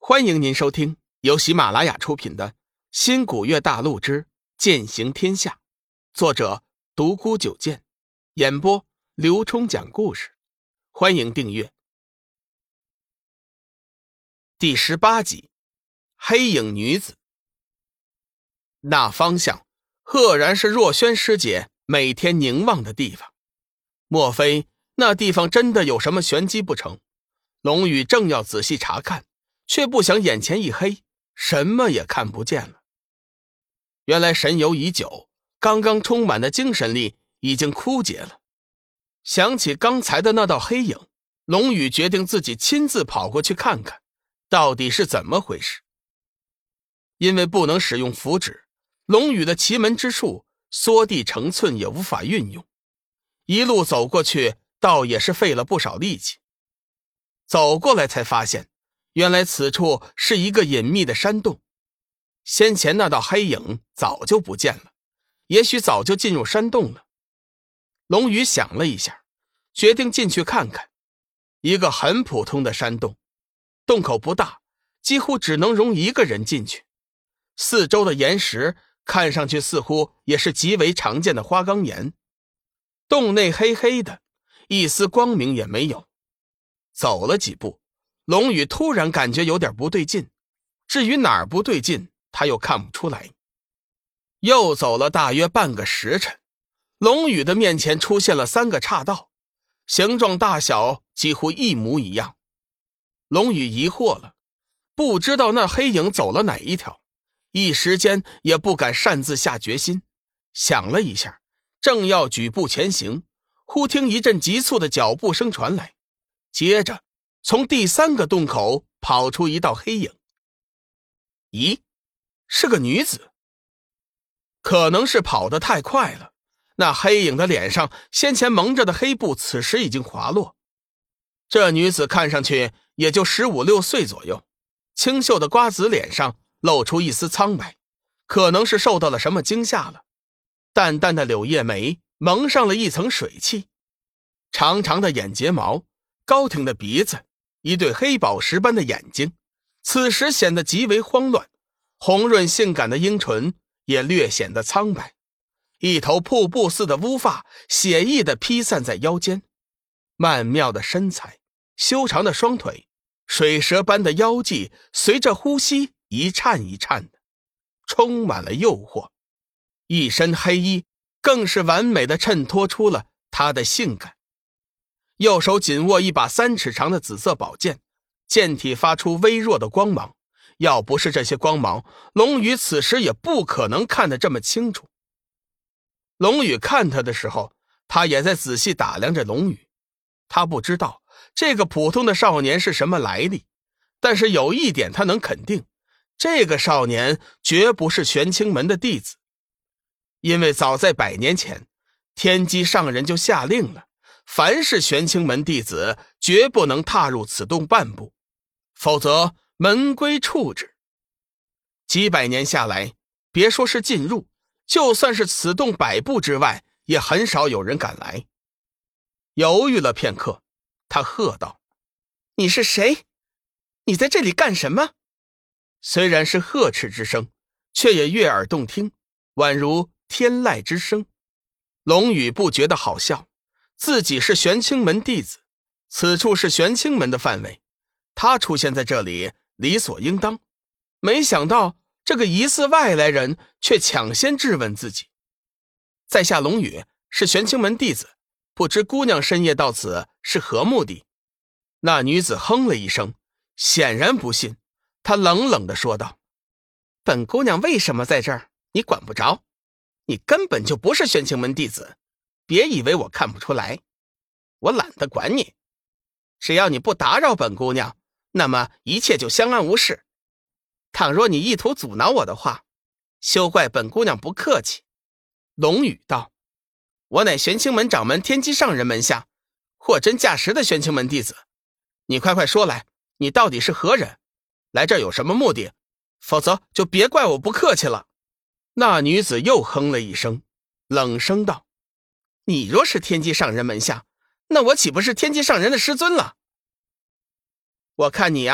欢迎您收听由喜马拉雅出品的《新古月大陆之剑行天下》，作者独孤九剑，演播刘冲讲故事。欢迎订阅。第18集，黑影女子。那方向赫然是若萱师姐每天凝望的地方，莫非那地方真的有什么玄机不成？龙宇正要仔细查看，却不想眼前一黑，什么也看不见了。原来神游已久，刚刚充满的精神力已经枯竭了。想起刚才的那道黑影，龙宇决定自己亲自跑过去看看到底是怎么回事。因为不能使用符纸，龙宇的奇门之术缩地成寸也无法运用，一路走过去倒也是费了不少力气。走过来才发现，原来此处是一个隐秘的山洞，先前那道黑影早就不见了，也许早就进入山洞了。龙宇想了一下，决定进去看看。一个很普通的山洞，洞口不大，几乎只能容一个人进去。四周的岩石看上去似乎也是极为常见的花岗岩。洞内黑黑的，一丝光明也没有。走了几步，龙宇突然感觉有点不对劲，至于哪儿不对劲他又看不出来。又走了大约半个时辰，龙宇的面前出现了3个岔道，形状大小几乎一模一样。龙宇疑惑了，不知道那黑影走了哪一条，一时间也不敢擅自下决心。想了一下，正要举步前行，忽听一阵急促的脚步声传来，接着从第3个洞口跑出一道黑影。咦，是个女子。可能是跑得太快了，那黑影的脸上先前蒙着的黑布此时已经滑落。这女子看上去也就15、16岁左右，清秀的瓜子脸上露出一丝苍白，可能是受到了什么惊吓了。淡淡的柳叶眉蒙上了一层水汽，长长的眼睫毛，高挺的鼻子，一对黑宝石般的眼睛，此时显得极为慌乱。红润性感的樱唇也略显得苍白，一头瀑布似的乌发写意地披散在腰间，曼妙的身材，修长的双腿，水蛇般的腰际随着呼吸一颤一颤的，充满了诱惑。一身黑衣更是完美地衬托出了她的性感。右手紧握一把3尺长的紫色宝剑，剑体发出微弱的光芒，要不是这些光芒，龙宇此时也不可能看得这么清楚。龙宇看他的时候，他也在仔细打量着龙宇。他不知道这个普通的少年是什么来历，但是有一点他能肯定，这个少年绝不是玄清门的弟子。因为早在100年前，天机上人就下令了，凡是玄清门弟子绝不能踏入此洞半步，否则门规处置。几百年下来，别说是进入，就算是此洞100步之外，也很少有人敢来。犹豫了片刻，他喝道：“你是谁？你在这里干什么？”虽然是呵斥之声，却也悦耳动听，宛如天籁之声。龙宇不觉得好笑，自己是玄清门弟子，此处是玄清门的范围，他出现在这里理所应当。没想到这个疑似外来人却抢先质问自己。在下龙宇，是玄清门弟子，不知姑娘深夜到此是何目的？那女子哼了一声，显然不信，她冷冷地说道：“本姑娘为什么在这儿，你管不着，你根本就不是玄清门弟子，别以为我看不出来，我懒得管你。只要你不打扰本姑娘，那么一切就相安无事。倘若你意图阻挠我的话，休怪本姑娘不客气。”龙宇道：“我乃玄清门掌门天机上人门下货真价实的玄清门弟子，你快快说来，你到底是何人？来这儿有什么目的？否则就别怪我不客气了。”那女子又哼了一声，冷声道：“你若是天机上人门下，那我岂不是天机上人的师尊了？我看你啊，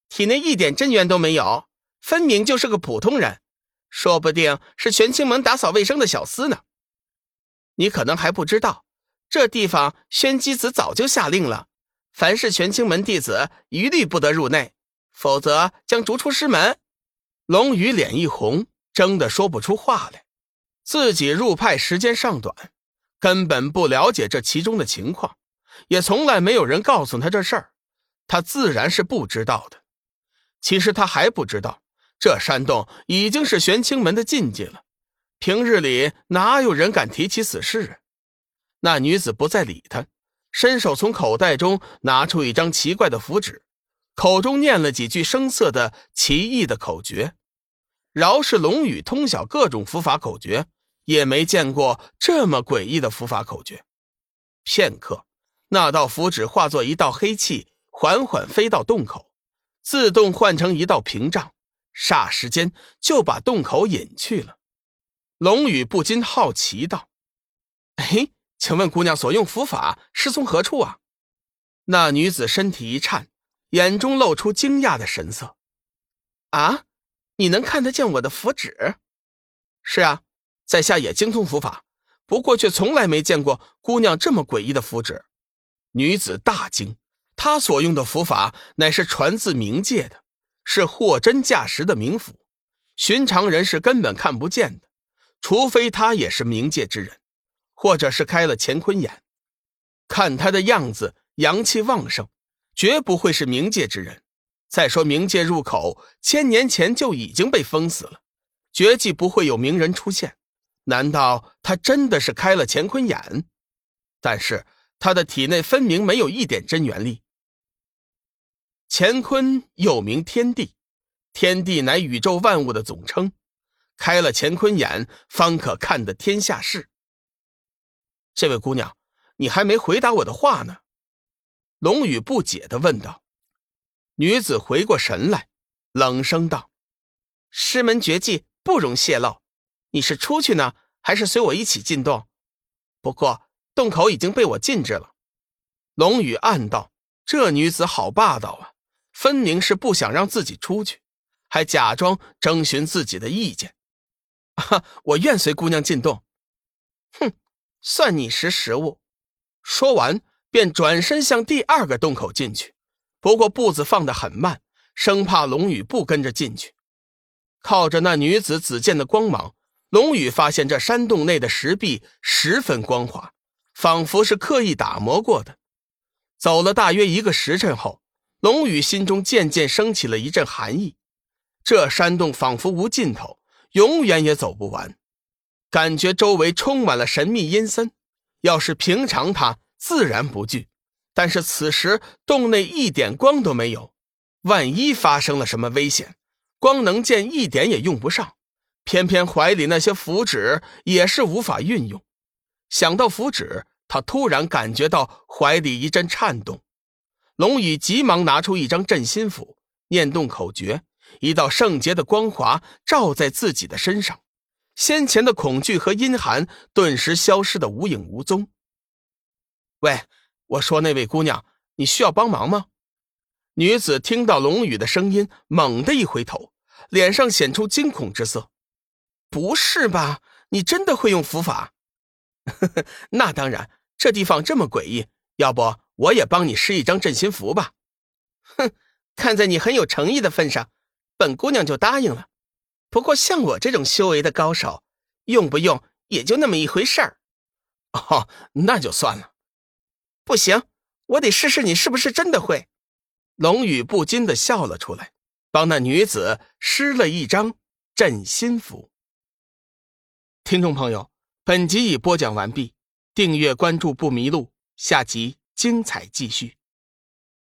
体内一点真元都没有，分明就是个普通人，说不定是玄清门打扫卫生的小厮呢。你可能还不知道，这地方宣机子早就下令了，凡是玄清门弟子一律不得入内，否则将逐出师门。龙宇脸一红，争得说不出话来。自己入派时间尚短，根本不了解这其中的情况，也从来没有人告诉他这事儿，他自然是不知道的。其实他还不知道，这山洞已经是玄清门的禁忌了，平日里哪有人敢提起此事啊？那女子不再理他，伸手从口袋中拿出一张奇怪的符纸，口中念了几句生涩的奇异的口诀。饶是龙宇通晓各种符法口诀，也没见过这么诡异的符法口诀。片刻，那道符纸化作一道黑气，缓缓飞到洞口，自动换成一道屏障，霎时间就把洞口隐去了。龙宇不禁好奇道：哎，请问姑娘所用符法是从何处啊？那女子身体一颤，眼中露出惊讶的神色。啊，你能看得见我的符纸？是啊，在下也精通符法，不过却从来没见过姑娘这么诡异的符纸。女子大惊，她所用的符法乃是传自冥界的，是货真价实的冥符，寻常人是根本看不见的，除非她也是冥界之人，或者是开了乾坤眼。看她的样子阳气旺盛，绝不会是冥界之人。再说冥界入口1000年前就已经被封死了，绝技不会有冥人出现。难道他真的是开了乾坤眼？但是他的体内分明没有一点真元力。乾坤又名天地，天地乃宇宙万物的总称，开了乾坤眼方可看得天下事。这位姑娘，你还没回答我的话呢。龙宇不解地问道。女子回过神来，冷声道：师门绝技不容泄露，你是出去呢，还是随我一起进洞？不过洞口已经被我禁制了。龙宇暗道，这女子好霸道啊，分明是不想让自己出去，还假装征询自己的意见。我愿随姑娘进洞。哼，算你识时务。说完便转身向第2个洞口进去，不过步子放得很慢，生怕龙宇不跟着进去。靠着那女子紫剑的光芒，龙宇发现这山洞内的石壁十分光滑，仿佛是刻意打磨过的。走了大约1个时辰后，龙宇心中渐渐升起了一阵寒意。这山洞仿佛无尽头，永远也走不完，感觉周围充满了神秘阴森。要是平常他自然不惧，但是此时洞内一点光都没有，万一发生了什么危险，光能剑一点也用不上，偏偏怀里那些符纸也是无法运用。想到符纸，他突然感觉到怀里一阵颤动。龙宇急忙拿出一张镇心符，念动口诀，一道圣洁的光华照在自己的身上，先前的恐惧和阴寒顿时消失得无影无踪。喂，我说那位姑娘，你需要帮忙吗？女子听到龙宇的声音，猛地一回头，脸上显出惊恐之色。不是吧，你真的会用符法？那当然，这地方这么诡异，要不我也帮你施一张镇心符吧。哼，看在你很有诚意的份上，本姑娘就答应了。不过像我这种修为的高手，用不用也就那么一回事儿。哦，那就算了。不行，我得试试你是不是真的会。龙宇不禁地笑了出来，帮那女子施了一张镇心符。听众朋友，本集已播讲完毕，订阅关注不迷路，下集精彩继续。